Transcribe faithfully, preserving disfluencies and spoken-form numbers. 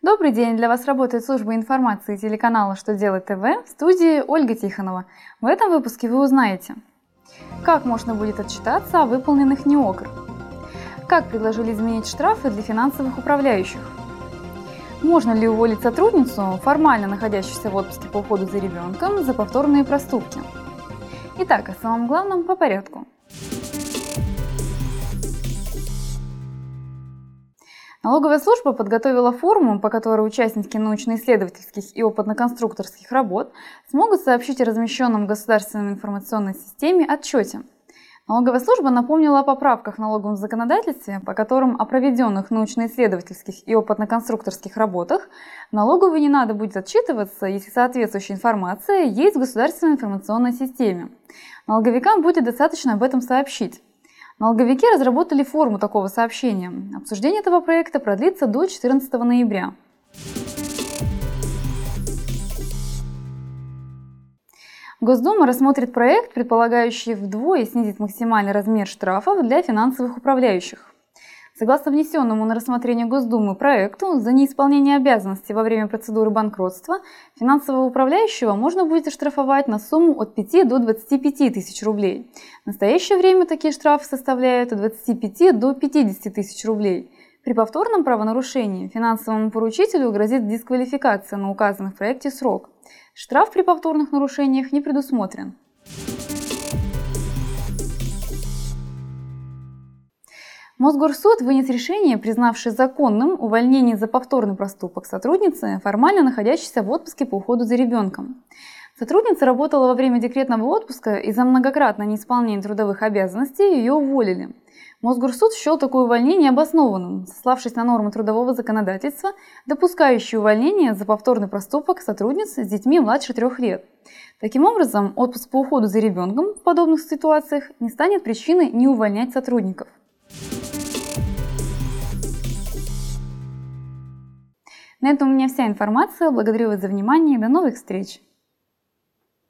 Добрый день! Для вас работает служба информации телеканала «Что делать ТВ», в студии Ольга Тихонова. В этом выпуске вы узнаете, как можно будет отчитаться о выполненных НИОКР, как предложили изменить штрафы для финансовых управляющих, можно ли уволить сотрудницу, формально находящуюся в отпуске по уходу за ребенком, за повторные проступки. Итак, о самом главном по порядку. Налоговая служба подготовила форму, по которой участники научно-исследовательских и опытно-конструкторских работ смогут сообщить о размещенном в государственной информационной системе отчете. Налоговая служба напомнила о поправках в налоговом законодательстве, по которым о проведенных научно-исследовательских и опытно-конструкторских работах в налоговой не надо будет отчитываться, если соответствующая информация есть в государственной информационной системе. Налоговикам будет достаточно об этом сообщить. Налоговики разработали форму такого сообщения. Обсуждение этого проекта продлится до четырнадцатого ноября. Госдума рассмотрит проект, предполагающий вдвое снизить максимальный размер штрафов для финансовых управляющих. Согласно внесенному на рассмотрение Госдумы проекту, за неисполнение обязанностей во время процедуры банкротства финансового управляющего можно будет оштрафовать на сумму от пяти до двадцати пяти тысяч рублей. В настоящее время такие штрафы составляют от двадцати пяти до пятидесяти тысяч рублей. При повторном правонарушении финансовому поручителю грозит дисквалификация на указанный в проекте срок. Штраф при повторных нарушениях не предусмотрен. Мосгорсуд вынес решение, признавшее законным увольнение за повторный проступок сотрудницы, формально находящейся в отпуске по уходу за ребенком. Сотрудница работала во время декретного отпуска и за многократное неисполнение трудовых обязанностей ее уволили. Мосгорсуд счел такое увольнение обоснованным, сославшись на нормы трудового законодательства, допускающие увольнение за повторный проступок сотрудниц с детьми младше трех лет. Таким образом, отпуск по уходу за ребенком в подобных ситуациях не станет причиной не увольнять сотрудников. На этом у меня вся информация. Благодарю вас за внимание и до новых встреч!